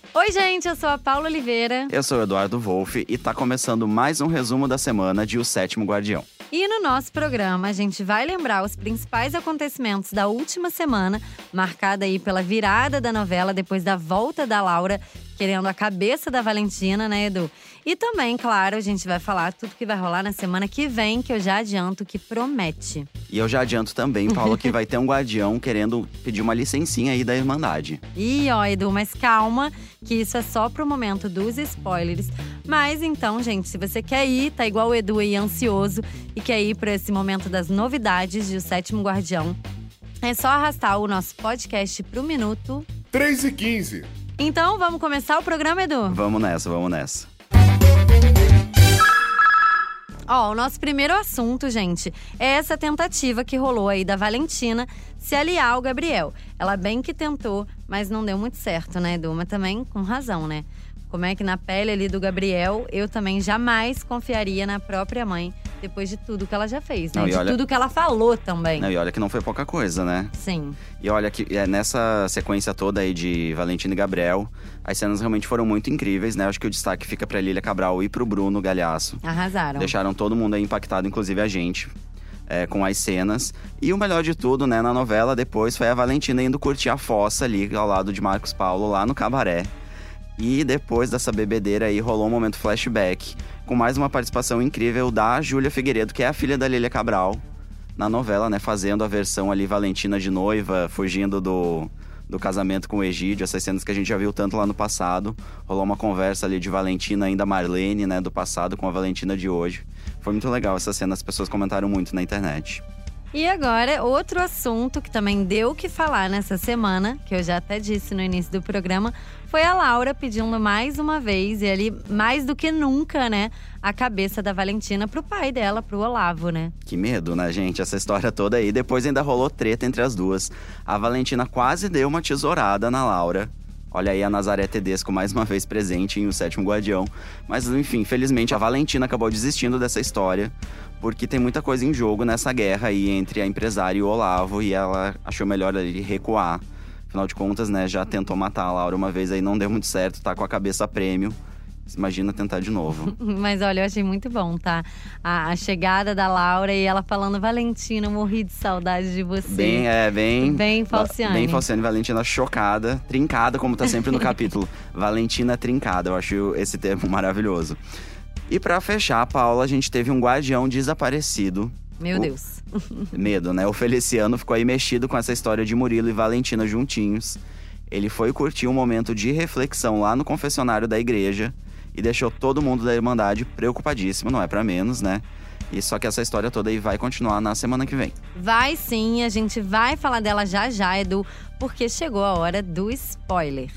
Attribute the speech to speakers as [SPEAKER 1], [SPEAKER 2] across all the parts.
[SPEAKER 1] Oi, gente, eu sou a Paula Oliveira.
[SPEAKER 2] Eu sou o Eduardo Wolff e tá começando mais um resumo da semana de O Sétimo Guardião.
[SPEAKER 1] E no nosso programa, a gente vai lembrar os principais acontecimentos da última semana, marcada aí pela virada da novela depois da volta da Laura, querendo a cabeça da Valentina, né, Edu? E também, claro, a gente vai falar tudo que vai rolar na semana que vem, que eu já adianto que promete.
[SPEAKER 2] E eu já adianto também, Paula, que vai ter um guardião querendo pedir uma licencinha aí da Irmandade.
[SPEAKER 1] Ih, ó, Edu, mas calma, que isso é só pro momento dos spoilers. Mas então, gente, se você quer ir, tá igual o Edu aí, ansioso, e quer ir pra esse momento das novidades de O Sétimo Guardião, é só arrastar o nosso podcast pro minuto
[SPEAKER 3] 3h15.
[SPEAKER 1] Então, vamos começar o programa, Edu?
[SPEAKER 2] Vamos nessa.
[SPEAKER 1] Ó, o nosso primeiro assunto, gente, é essa tentativa que rolou aí da Valentina se aliar ao Gabriel. Ela bem que tentou, mas não deu muito certo, né, Edu? Mas também com razão, né? Como é que na pele ali do Gabriel, eu também jamais confiaria na própria mãe, depois de tudo que ela já fez, né? Tudo que ela falou também.
[SPEAKER 2] Não, e olha que não foi pouca coisa, né?
[SPEAKER 1] Sim.
[SPEAKER 2] E olha que nessa sequência toda aí de Valentina e Gabriel, as cenas realmente foram muito incríveis, né? Acho que o destaque fica pra Lília Cabral e pro Bruno Galhaço.
[SPEAKER 1] Arrasaram.
[SPEAKER 2] Deixaram todo mundo aí impactado, inclusive a gente. Com as cenas. E o melhor de tudo, né, na novela depois foi a Valentina indo curtir a fossa ali ao lado de Marcos Paulo, lá no cabaré. E depois dessa bebedeira aí rolou um momento flashback, com mais uma participação incrível da Júlia Figueiredo, que é a filha da Lília Cabral, na novela, né, fazendo a versão ali Valentina de noiva, fugindo do casamento com o Egídio, essas cenas que a gente já viu tanto lá no passado. Rolou uma conversa ali de Valentina ainda Marlene, né, do passado com a Valentina de hoje. Foi muito legal essa cena, as pessoas comentaram muito na internet.
[SPEAKER 1] E agora, outro assunto que também deu o que falar nessa semana, que eu já até disse no início do programa, foi a Laura pedindo mais uma vez, e ali, mais do que nunca, né, a cabeça da Valentina pro pai dela, pro Olavo, né?
[SPEAKER 2] Que medo, né, gente? Essa história toda aí. Depois ainda rolou treta entre as duas. A Valentina quase deu uma tesourada na Laura. Olha aí a Nazaré Tedesco mais uma vez presente em O Sétimo Guardião. Mas, enfim, felizmente a Valentina acabou desistindo dessa história, porque tem muita coisa em jogo nessa guerra aí entre a empresária e o Olavo, e ela achou melhor ali recuar. Afinal de contas, né, já tentou matar a Laura uma vez aí, não deu muito certo, tá com a cabeça a prêmio. Imagina tentar de novo.
[SPEAKER 1] Mas olha, eu achei muito bom, tá? A chegada da Laura e ela falando: Valentina, eu morri de saudade de você.
[SPEAKER 2] Bem
[SPEAKER 1] Falciane.
[SPEAKER 2] Bem Falciane, Valentina chocada, trincada, como tá sempre no capítulo. Valentina trincada, eu acho esse termo maravilhoso. E pra fechar, Paula, a gente teve um guardião desaparecido.
[SPEAKER 1] Meu Deus.
[SPEAKER 2] Medo, né? O Feliciano ficou aí mexido com essa história de Murilo e Valentina juntinhos. Ele foi curtir um momento de reflexão lá no confessionário da igreja e deixou todo mundo da Irmandade preocupadíssimo, não é pra menos, né? E só que essa história toda aí vai continuar na semana que vem.
[SPEAKER 1] Vai sim, a gente vai falar dela já, Edu, porque chegou a hora do spoiler.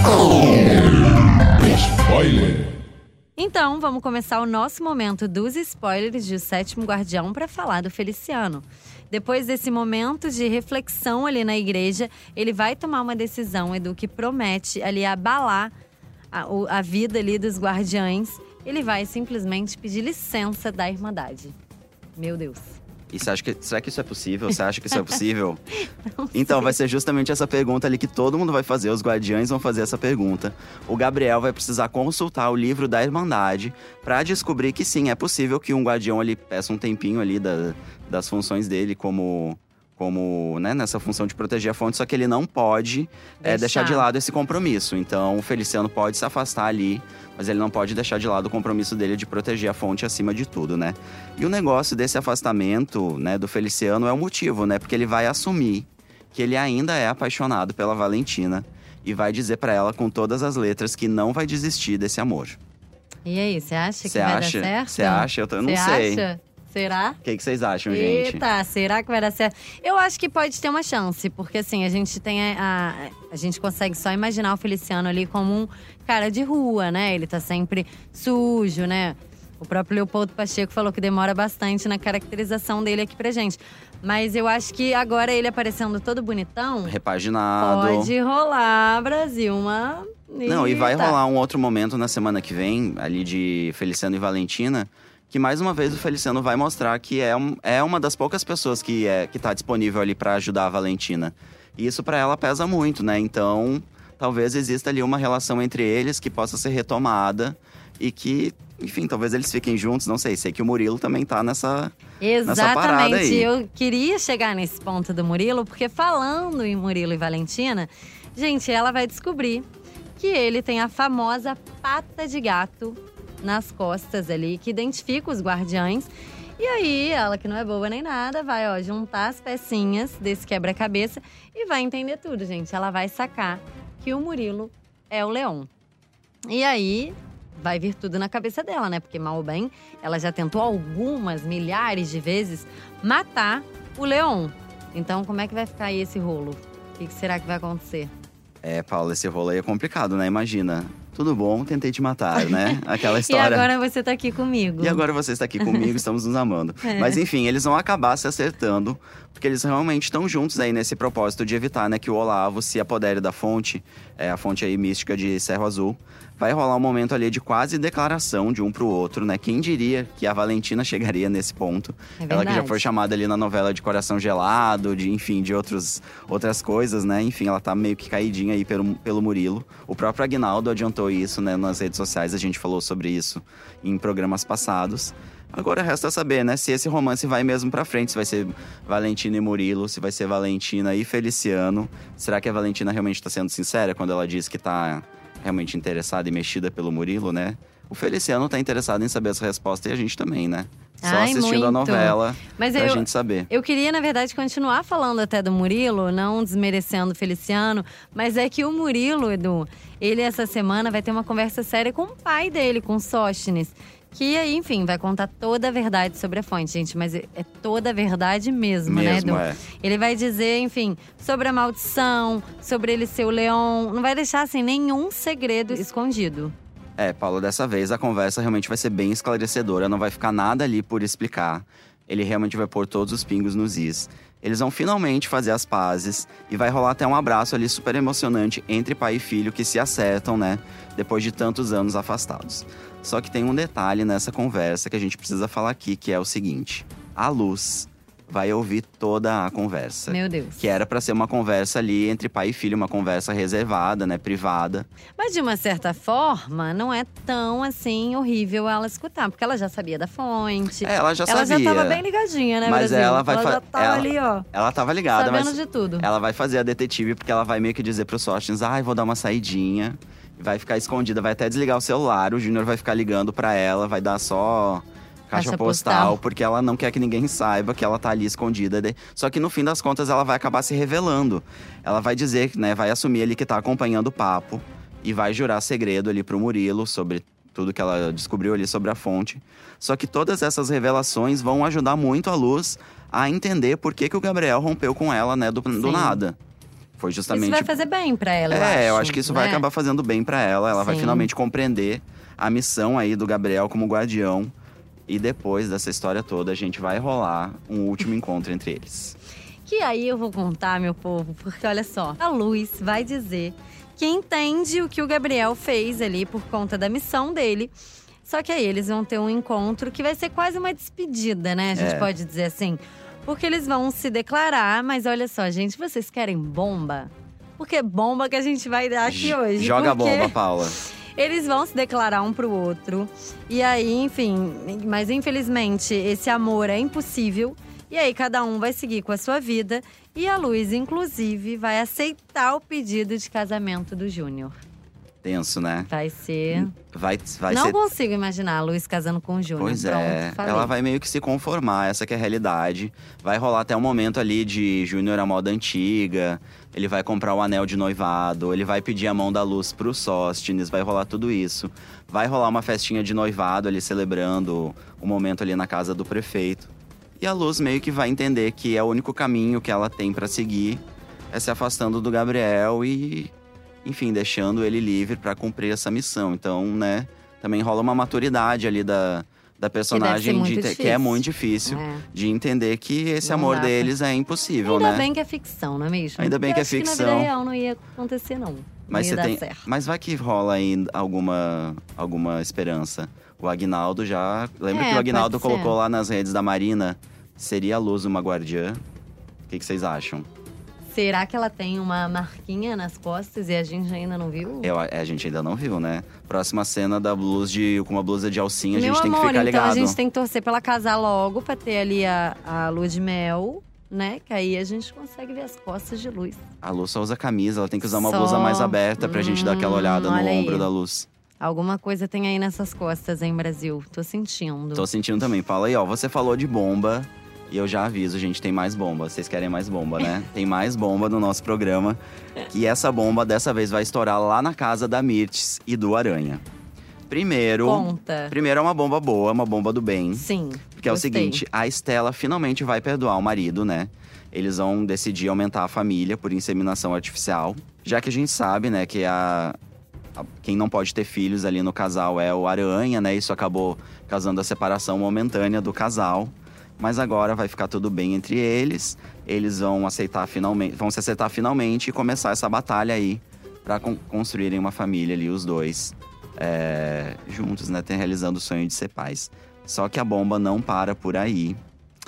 [SPEAKER 3] Spoiler.
[SPEAKER 1] Então, vamos começar o nosso momento dos spoilers de O Sétimo Guardião para falar do Feliciano. Depois desse momento de reflexão ali na igreja, ele vai tomar uma decisão, Edu, que promete ali abalar a vida ali dos guardiães. Ele vai simplesmente pedir licença da Irmandade. Meu Deus.
[SPEAKER 2] E será que isso é possível? Você acha que isso é possível? Então, vai ser justamente essa pergunta ali que todo mundo vai fazer. Os guardiães vão fazer essa pergunta. O Gabriel vai precisar consultar o livro da Irmandade para descobrir que sim, é possível que um guardião ali peça um tempinho ali das funções dele como né, nessa função de proteger a fonte, só que ele não pode deixar de lado esse compromisso. Então, o Feliciano pode se afastar ali, mas ele não pode deixar de lado o compromisso dele de proteger a fonte acima de tudo, né? E o negócio desse afastamento, né, do Feliciano é o motivo, né? Porque ele vai assumir que ele ainda é apaixonado pela Valentina e vai dizer pra ela com todas as letras que não vai desistir desse amor.
[SPEAKER 1] E aí, você acha que vai dar certo?
[SPEAKER 2] Você acha? Eu não sei.
[SPEAKER 1] Acha? Será?
[SPEAKER 2] O que vocês acham, gente?
[SPEAKER 1] Eita, será que vai dar certo? Eu acho que pode ter uma chance, porque assim, a gente tem a gente consegue só imaginar o Feliciano ali como um cara de rua, né? Ele tá sempre sujo, né? O próprio Leopoldo Pacheco falou que demora bastante na caracterização dele aqui pra gente. Mas eu acho que agora ele aparecendo todo bonitão…
[SPEAKER 2] Repaginado.
[SPEAKER 1] Pode rolar, Brasil, uma…
[SPEAKER 2] Não, e vai rolar um outro momento na semana que vem, ali de Feliciano e Valentina, que mais uma vez o Feliciano vai mostrar que é uma das poucas pessoas que tá disponível ali pra ajudar a Valentina. E isso pra ela pesa muito, né? Então, talvez exista ali uma relação entre eles que possa ser retomada e que, enfim, talvez eles fiquem juntos, não sei. Sei que o Murilo também tá nessa parada aí.
[SPEAKER 1] Eu queria chegar nesse ponto do Murilo, porque falando em Murilo e Valentina, gente, ela vai descobrir que ele tem a famosa pata de gato nas costas ali, que identifica os guardiães. E aí, ela que não é boba nem nada, vai juntar as pecinhas desse quebra-cabeça e vai entender tudo, gente. Ela vai sacar que o Murilo é o Leon. E aí, vai vir tudo na cabeça dela, né? Porque, mal ou bem, ela já tentou algumas, milhares de vezes matar o Leon. Então, como é que vai ficar aí esse rolo? O que será que vai acontecer?
[SPEAKER 2] Paula, esse rolo aí é complicado, né? Imagina. Tudo bom, tentei te matar, né? Aquela história.
[SPEAKER 1] E agora você tá aqui comigo.
[SPEAKER 2] E agora você está aqui comigo, estamos nos amando. Mas enfim, eles vão acabar se acertando, porque eles realmente estão juntos aí nesse propósito de evitar, né, que o Olavo se apodere da fonte, a fonte aí mística de Cerro Azul. Vai rolar um momento ali de quase declaração de um pro outro, né? Quem diria que a Valentina chegaria nesse ponto? Ela que já foi chamada ali na novela de Coração Gelado, de outras coisas, né? Enfim, ela tá meio que caidinha aí pelo Murilo. O próprio Aguinaldo adiantou isso, né? Nas redes sociais, a gente falou sobre isso em programas passados. Agora resta saber, né, se esse romance vai mesmo pra frente, se vai ser Valentina e Murilo, se vai ser Valentina e Feliciano. Será que a Valentina realmente tá sendo sincera quando ela diz que tá realmente interessada e mexida pelo Murilo, né? O Feliciano tá interessado em saber essa resposta e a gente também, né? Só assistindo
[SPEAKER 1] muito.
[SPEAKER 2] A novela pra gente saber.
[SPEAKER 1] Eu queria, na verdade, continuar falando até do Murilo, não desmerecendo o Feliciano. Mas é que o Murilo, Edu, ele essa semana vai ter uma conversa séria com o pai dele, com o Sóstenes. Que aí, enfim, vai contar toda a verdade sobre a fonte, gente. Mas é toda a verdade mesmo, né, Edu? Ele vai dizer, enfim, sobre a maldição, sobre ele ser o Leon. Não vai deixar, assim, nenhum segredo escondido.
[SPEAKER 2] Paulo, dessa vez a conversa realmente vai ser bem esclarecedora. Não vai ficar nada ali por explicar. Ele realmente vai pôr todos os pingos nos is. Eles vão finalmente fazer as pazes. E vai rolar até um abraço ali super emocionante entre pai e filho que se acertam, né? Depois de tantos anos afastados. Só que tem um detalhe nessa conversa que a gente precisa falar aqui, que é o seguinte. A Luz vai ouvir toda a conversa.
[SPEAKER 1] Meu Deus.
[SPEAKER 2] Que era pra ser uma conversa ali entre pai e filho, uma conversa reservada, né, privada.
[SPEAKER 1] Mas de uma certa forma, não é tão assim horrível ela escutar, porque ela já sabia da fonte.
[SPEAKER 2] Ela já sabia.
[SPEAKER 1] Ela já tava bem ligadinha, né,
[SPEAKER 2] mas
[SPEAKER 1] Brasil?
[SPEAKER 2] ela
[SPEAKER 1] já tava ali, ó.
[SPEAKER 2] Ela tava ligada,
[SPEAKER 1] sabendo
[SPEAKER 2] mas
[SPEAKER 1] de tudo.
[SPEAKER 2] Ela vai fazer a detetive, porque ela vai meio que dizer pro Sóstenes, vou dar uma saidinha. Vai ficar escondida, vai até desligar o celular. O Júnior vai ficar ligando pra ela, vai dar só caixa postal, porque ela não quer que ninguém saiba que ela tá ali escondida. Só que no fim das contas ela vai acabar se revelando. Ela vai dizer, né, vai assumir ali que tá acompanhando o papo e vai jurar segredo ali pro Murilo sobre tudo que ela descobriu ali sobre a fonte. Só que todas essas revelações vão ajudar muito a Luz a entender por que o Gabriel rompeu com ela, né, do nada. Foi justamente…
[SPEAKER 1] Isso vai fazer bem pra ela,
[SPEAKER 2] eu acho que isso vai acabar fazendo bem pra ela. Ela vai finalmente compreender a missão aí do Gabriel como guardião. E depois dessa história toda, a gente vai rolar um último encontro entre eles.
[SPEAKER 1] Que aí eu vou contar, meu povo, porque olha só. A Luz vai dizer que entende o que o Gabriel fez ali por conta da missão dele. Só que aí eles vão ter um encontro que vai ser quase uma despedida, né? A gente pode dizer assim. Porque eles vão se declarar, mas olha só, gente, vocês querem bomba? Porque bomba que a gente vai dar aqui hoje.
[SPEAKER 2] Joga a bomba, Paula.
[SPEAKER 1] Eles vão se declarar um pro outro. E aí, enfim, mas infelizmente esse amor é impossível. E aí cada um vai seguir com a sua vida. E a Luz, inclusive, vai aceitar o pedido de casamento do Júnior.
[SPEAKER 2] Tenso, né?
[SPEAKER 1] Vai ser…
[SPEAKER 2] Vai
[SPEAKER 1] Não
[SPEAKER 2] ser…
[SPEAKER 1] consigo imaginar a Luz casando com o Júnior.
[SPEAKER 2] Pois
[SPEAKER 1] Pronto, falei.
[SPEAKER 2] Ela vai meio que se conformar, essa que é a realidade. Vai rolar até um momento ali de Júnior à moda antiga. Ele vai comprar o anel de noivado, ele vai pedir a mão da Luz pro Sóstenes, vai rolar tudo isso. Vai rolar uma festinha de noivado ali, celebrando o momento ali na casa do prefeito. E a Luz meio que vai entender que é o único caminho que ela tem pra seguir, é se afastando do Gabriel e… enfim, deixando ele livre pra cumprir essa missão. Então, né, também rola uma maturidade ali da personagem que é muito difícil de entender que esse amor deles é impossível, né?
[SPEAKER 1] Ainda bem que é ficção, não é mesmo?
[SPEAKER 2] Ainda bem que é ficção.
[SPEAKER 1] Que na vida real não ia acontecer, não.
[SPEAKER 2] Mas
[SPEAKER 1] não ia dar certo.
[SPEAKER 2] Mas vai que rola aí alguma esperança. O Aguinaldo já… Lembra que o Aguinaldo colocou lá nas redes da Marina, seria a Luz uma guardiã? O que vocês acham?
[SPEAKER 1] Será que ela tem uma marquinha nas costas e a gente ainda não viu?
[SPEAKER 2] A gente ainda não viu, né? Próxima cena da com uma blusa de alcinha, a
[SPEAKER 1] Meu
[SPEAKER 2] gente tem que
[SPEAKER 1] amor,
[SPEAKER 2] ficar
[SPEAKER 1] então
[SPEAKER 2] ligado.
[SPEAKER 1] a gente tem que torcer pra ela casar logo, pra ter ali a lua de mel, né? Que aí a gente consegue ver as costas de Luz.
[SPEAKER 2] A Luz só usa camisa, ela tem que usar uma
[SPEAKER 1] Só.
[SPEAKER 2] blusa mais aberta pra gente dar aquela olhada no
[SPEAKER 1] olha aí.
[SPEAKER 2] ombro da Luz.
[SPEAKER 1] Alguma coisa tem aí nessas costas, hein, Brasil? Tô sentindo.
[SPEAKER 2] Tô sentindo também. Paula, aí, ó, você falou de bomba. E eu já aviso, gente, tem mais bomba. Vocês querem mais bomba, né? Tem mais bomba no nosso programa. E essa bomba, dessa vez, vai estourar lá na casa da Mirtes e do Aranha. Primeiro é uma bomba boa, uma bomba do bem.
[SPEAKER 1] Sim,
[SPEAKER 2] Porque é o
[SPEAKER 1] gostei.
[SPEAKER 2] seguinte, a Estela finalmente vai perdoar o marido, né? Eles vão decidir aumentar a família por inseminação artificial. Já que a gente sabe, né, que quem não pode ter filhos ali no casal é o Aranha, né? Isso acabou causando a separação momentânea do casal. Mas agora vai ficar tudo bem entre eles. Eles vão se aceitar finalmente e começar essa batalha aí para construírem uma família ali, os dois juntos, né? Realizando o sonho de ser pais. Só que a bomba não para por aí.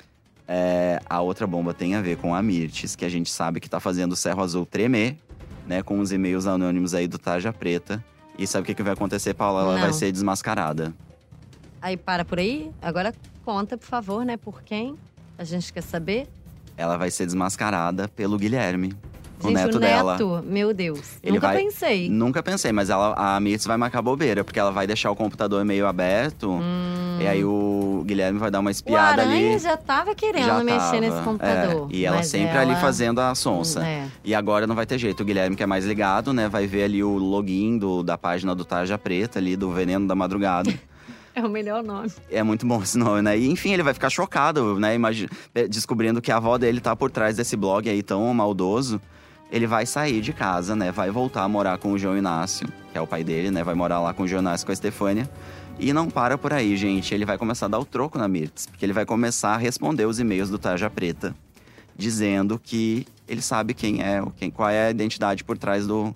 [SPEAKER 2] A outra bomba tem a ver com a Mirtes, que a gente sabe que tá fazendo o Cerro Azul tremer, né? Com os e-mails anônimos aí do Tarja Preta. E sabe o que vai acontecer, Paula? Ela vai ser desmascarada.
[SPEAKER 1] Aí para por aí? Agora conta, por favor, né? Por quem? A gente quer saber.
[SPEAKER 2] Ela vai ser desmascarada pelo Guilherme, o
[SPEAKER 1] Gente,
[SPEAKER 2] neto dela.
[SPEAKER 1] Meu Deus.
[SPEAKER 2] Pensei. Nunca pensei, mas a Mirtz vai marcar bobeira, porque ela vai deixar o computador meio aberto. E aí o Guilherme vai dar uma espiada ali.
[SPEAKER 1] O Aranha já tava querendo mexer nesse computador.
[SPEAKER 2] E ela sempre ali fazendo a sonsa. E agora não vai ter jeito. O Guilherme, que é mais ligado, né? Vai ver ali o login da página do Tarja Preta ali, do Veneno da Madrugada.
[SPEAKER 1] É o melhor nome.
[SPEAKER 2] É muito bom esse nome, né? E enfim, ele vai ficar chocado, né? Descobrindo que a avó dele tá por trás desse blog aí tão maldoso. Ele vai sair de casa, né? Vai voltar a morar com o João Inácio, que é o pai dele, né? Vai morar lá com o João Inácio e com a Estefânia. E não para por aí, gente. Ele vai começar a dar o troco na Mirtz. Porque ele vai começar a responder os e-mails do Tarja Preta. Dizendo que ele sabe qual é a identidade por trás do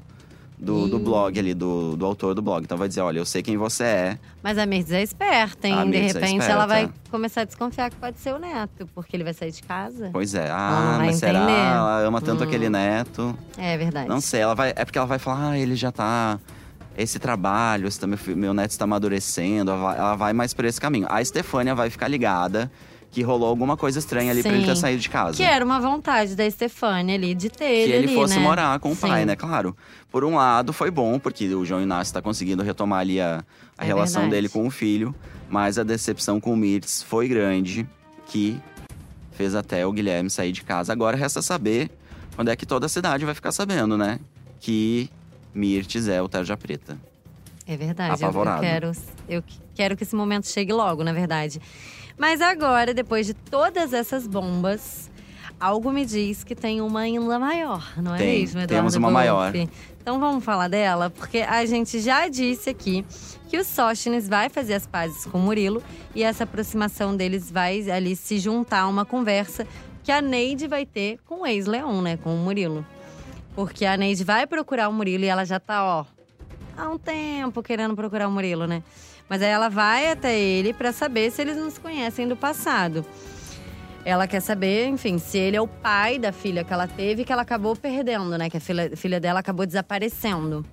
[SPEAKER 2] blog ali, do autor do blog. Então vai dizer, olha, eu sei quem você é.
[SPEAKER 1] Mas a Mirtz é esperta, hein? De repente ela vai começar a desconfiar que pode ser o neto. Porque ele vai sair de casa.
[SPEAKER 2] Pois é.
[SPEAKER 1] Mas
[SPEAKER 2] será? Ela ama tanto aquele neto.
[SPEAKER 1] É verdade.
[SPEAKER 2] Não sei, é porque ela vai falar, ele já tá… Esse trabalho, meu neto está amadurecendo. Ela vai mais por esse caminho. A Estefânia vai ficar ligada que rolou alguma coisa estranha ali pra ele ter saído de casa.
[SPEAKER 1] Que era uma vontade da Estefânia ali, de ter ele ali,
[SPEAKER 2] que ele fosse
[SPEAKER 1] né?
[SPEAKER 2] morar com o pai, né? Claro. Por um lado, foi bom, porque o João Inácio tá conseguindo retomar ali a relação dele com o filho. Mas a decepção com o Mirtz foi grande, que fez até o Guilherme sair de casa. Agora resta saber quando é que toda a cidade vai ficar sabendo, né? Que Mirtz é o Tarja Preta.
[SPEAKER 1] É verdade.
[SPEAKER 2] Apavorado.
[SPEAKER 1] Eu quero que esse momento chegue logo, na verdade. Mas agora, depois de todas essas bombas, algo me diz que tem uma ainda maior, não é mesmo, Eduardo?
[SPEAKER 2] Temos uma maior.
[SPEAKER 1] Então vamos falar dela, porque a gente já disse aqui que o Sóstenes vai fazer as pazes com o Murilo. E essa aproximação deles vai ali se juntar a uma conversa que a Neide vai ter com o ex-Leon, né? Com o Murilo. Porque a Neide vai procurar o Murilo e ela já tá, há um tempo querendo procurar o Murilo, né? Mas aí ela vai até ele pra saber se eles não se conhecem do passado. Ela quer saber, enfim, se ele é o pai da filha que ela teve, que ela acabou perdendo, né? Que a filha dela acabou desaparecendo.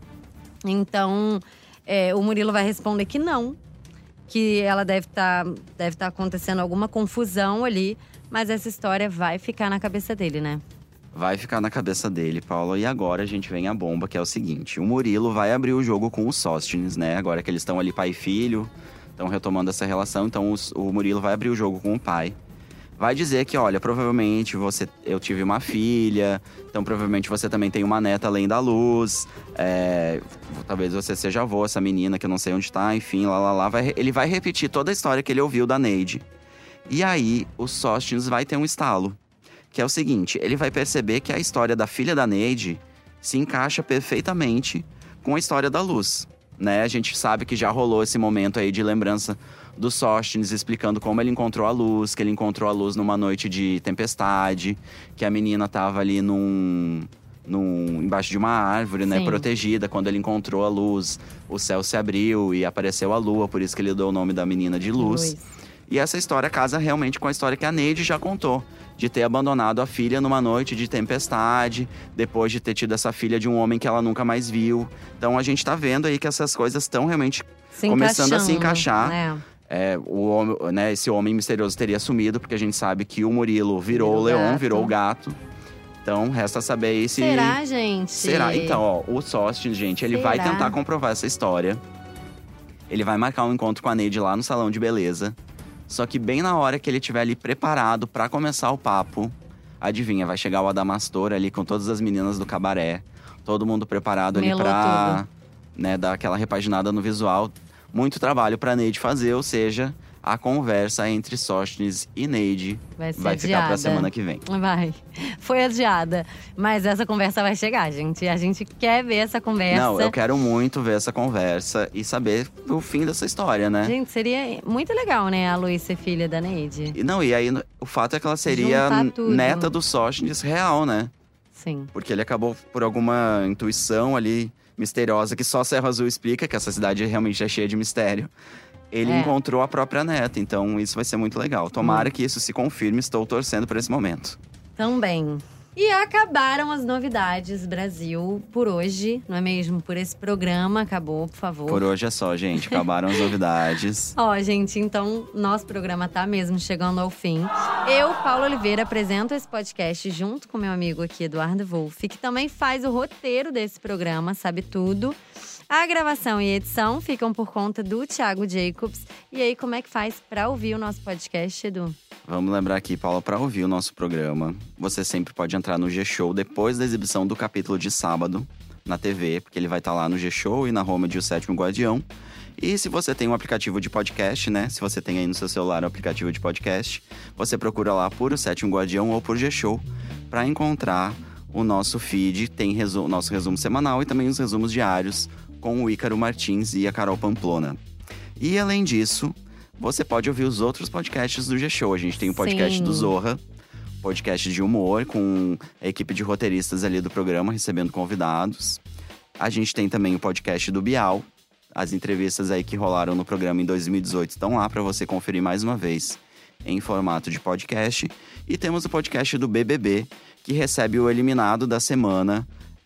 [SPEAKER 1] Então, o Murilo vai responder que não. Que ela deve tá acontecendo alguma confusão ali. Mas essa história vai ficar na cabeça dele, né?
[SPEAKER 2] Vai ficar na cabeça dele, Paulo. E agora a gente vem a bomba, que é o seguinte. O Murilo vai abrir o jogo com o Sóstenes, né? Agora que eles estão ali pai e filho, estão retomando essa relação. Então o Murilo vai abrir o jogo com o pai. Vai dizer que, olha, provavelmente eu tive uma filha. Então provavelmente você também tem uma neta além da Luz. Talvez você seja avô, essa menina que eu não sei onde tá. Enfim, ele vai repetir toda a história que ele ouviu da Neide. E aí o Sóstenes vai ter um estalo. Que é o seguinte, ele vai perceber que a história da filha da Neide se encaixa perfeitamente com a história da Luz, né? A gente sabe que já rolou esse momento aí de lembrança do Sóstenes explicando como ele encontrou a Luz, que ele encontrou a Luz numa noite de tempestade, que a menina tava ali embaixo de uma árvore, né, protegida. Quando ele encontrou a Luz, o céu se abriu e apareceu a lua, por isso que ele deu o nome da menina de Luz. E essa história casa realmente com a história que a Neide já contou. De ter abandonado a filha numa noite de tempestade, depois de ter tido essa filha de um homem que ela nunca mais viu. Então a gente tá vendo aí que essas coisas estão realmente começando a se encaixar. O homem, né, esse homem misterioso teria sumido, porque a gente sabe que o Murilo virou o leão, virou o gato. Então, resta saber aí se…
[SPEAKER 1] Será, gente?
[SPEAKER 2] Será? Então, ó, o Sóstenes, gente, ele vai tentar comprovar essa história. Ele vai marcar um encontro com a Neide lá no salão de beleza. Só que bem na hora que ele estiver ali preparado pra começar o papo… Adivinha, vai chegar o Adamastor ali com todas as meninas do cabaré. Todo mundo preparado ali pra… né, dar aquela repaginada no visual. Muito trabalho pra Neide fazer, ou seja… A conversa entre Sóstenes e Neide vai ficar pra semana que vem.
[SPEAKER 1] Vai. Foi adiada. Mas essa conversa vai chegar, gente. A gente quer ver essa conversa.
[SPEAKER 2] Não, eu quero muito ver essa conversa e saber o fim dessa história, né?
[SPEAKER 1] Gente, seria muito legal, né? A Luísa ser filha da Neide.
[SPEAKER 2] E aí, o fato é que ela seria neta do Sóstenes real, né?
[SPEAKER 1] Sim.
[SPEAKER 2] Porque ele acabou por alguma intuição ali misteriosa, que só Serra Azul explica, que essa cidade realmente é cheia de mistério. Ele encontrou a própria neta, então isso vai ser muito legal. Tomara que isso se confirme, estou torcendo por esse momento.
[SPEAKER 1] Também. E acabaram as novidades, Brasil, por hoje, não é mesmo? Por esse programa, acabou, por favor.
[SPEAKER 2] Por hoje é só, gente, acabaram as novidades.
[SPEAKER 1] Ó, gente, então, nosso programa tá mesmo chegando ao fim. Eu, Paula Oliveira, apresento esse podcast junto com meu amigo aqui, Eduardo Wolff, que também faz o roteiro desse programa, sabe tudo. A gravação e edição ficam por conta do Thiago Jacobs. E aí, como é que faz pra ouvir o nosso podcast, Edu?
[SPEAKER 2] Vamos lembrar aqui, Paula, para ouvir o nosso programa, você sempre pode entrar no G-Show depois da exibição do capítulo de sábado na TV, porque ele vai estar lá no G-Show e na Home de O Sétimo Guardião. E se você tem um aplicativo de podcast, né? Se você tem aí no seu celular o aplicativo de podcast, você procura lá por O Sétimo Guardião ou por G-Show para encontrar o nosso feed. Tem nosso resumo semanal e também os resumos diários com o Ícaro Martins e a Carol Pamplona. E além disso, você pode ouvir os outros podcasts do G-Show. A gente tem o podcast do Zorra, podcast de humor, com a equipe de roteiristas ali do programa, recebendo convidados. A gente tem também o podcast do Bial. As entrevistas aí que rolaram no programa em 2018 estão lá para você conferir mais uma vez em formato de podcast. E temos o podcast do BBB, que recebe o eliminado da semana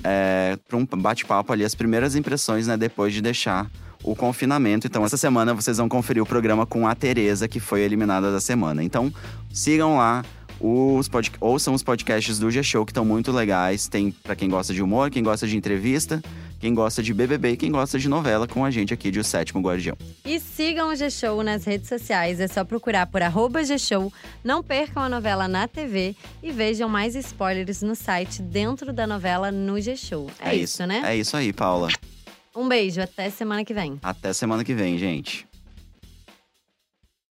[SPEAKER 2] para um bate-papo ali, as primeiras impressões, né, depois de deixar o confinamento. Então, essa semana vocês vão conferir o programa com a Tereza, que foi eliminada da semana. Então, sigam lá, ouçam os podcasts do G-Show, que estão muito legais. Tem para quem gosta de humor, quem gosta de entrevista, quem gosta de BBB e quem gosta de novela, com a gente aqui de O Sétimo Guardião.
[SPEAKER 1] E sigam o G-Show nas redes sociais, é só procurar por @G-Show. Não percam a novela na TV e vejam mais spoilers no site dentro da novela no G-Show. É isso, né?
[SPEAKER 2] É isso aí, Paula.
[SPEAKER 1] Um beijo, até semana que vem.
[SPEAKER 2] Até semana que vem, gente.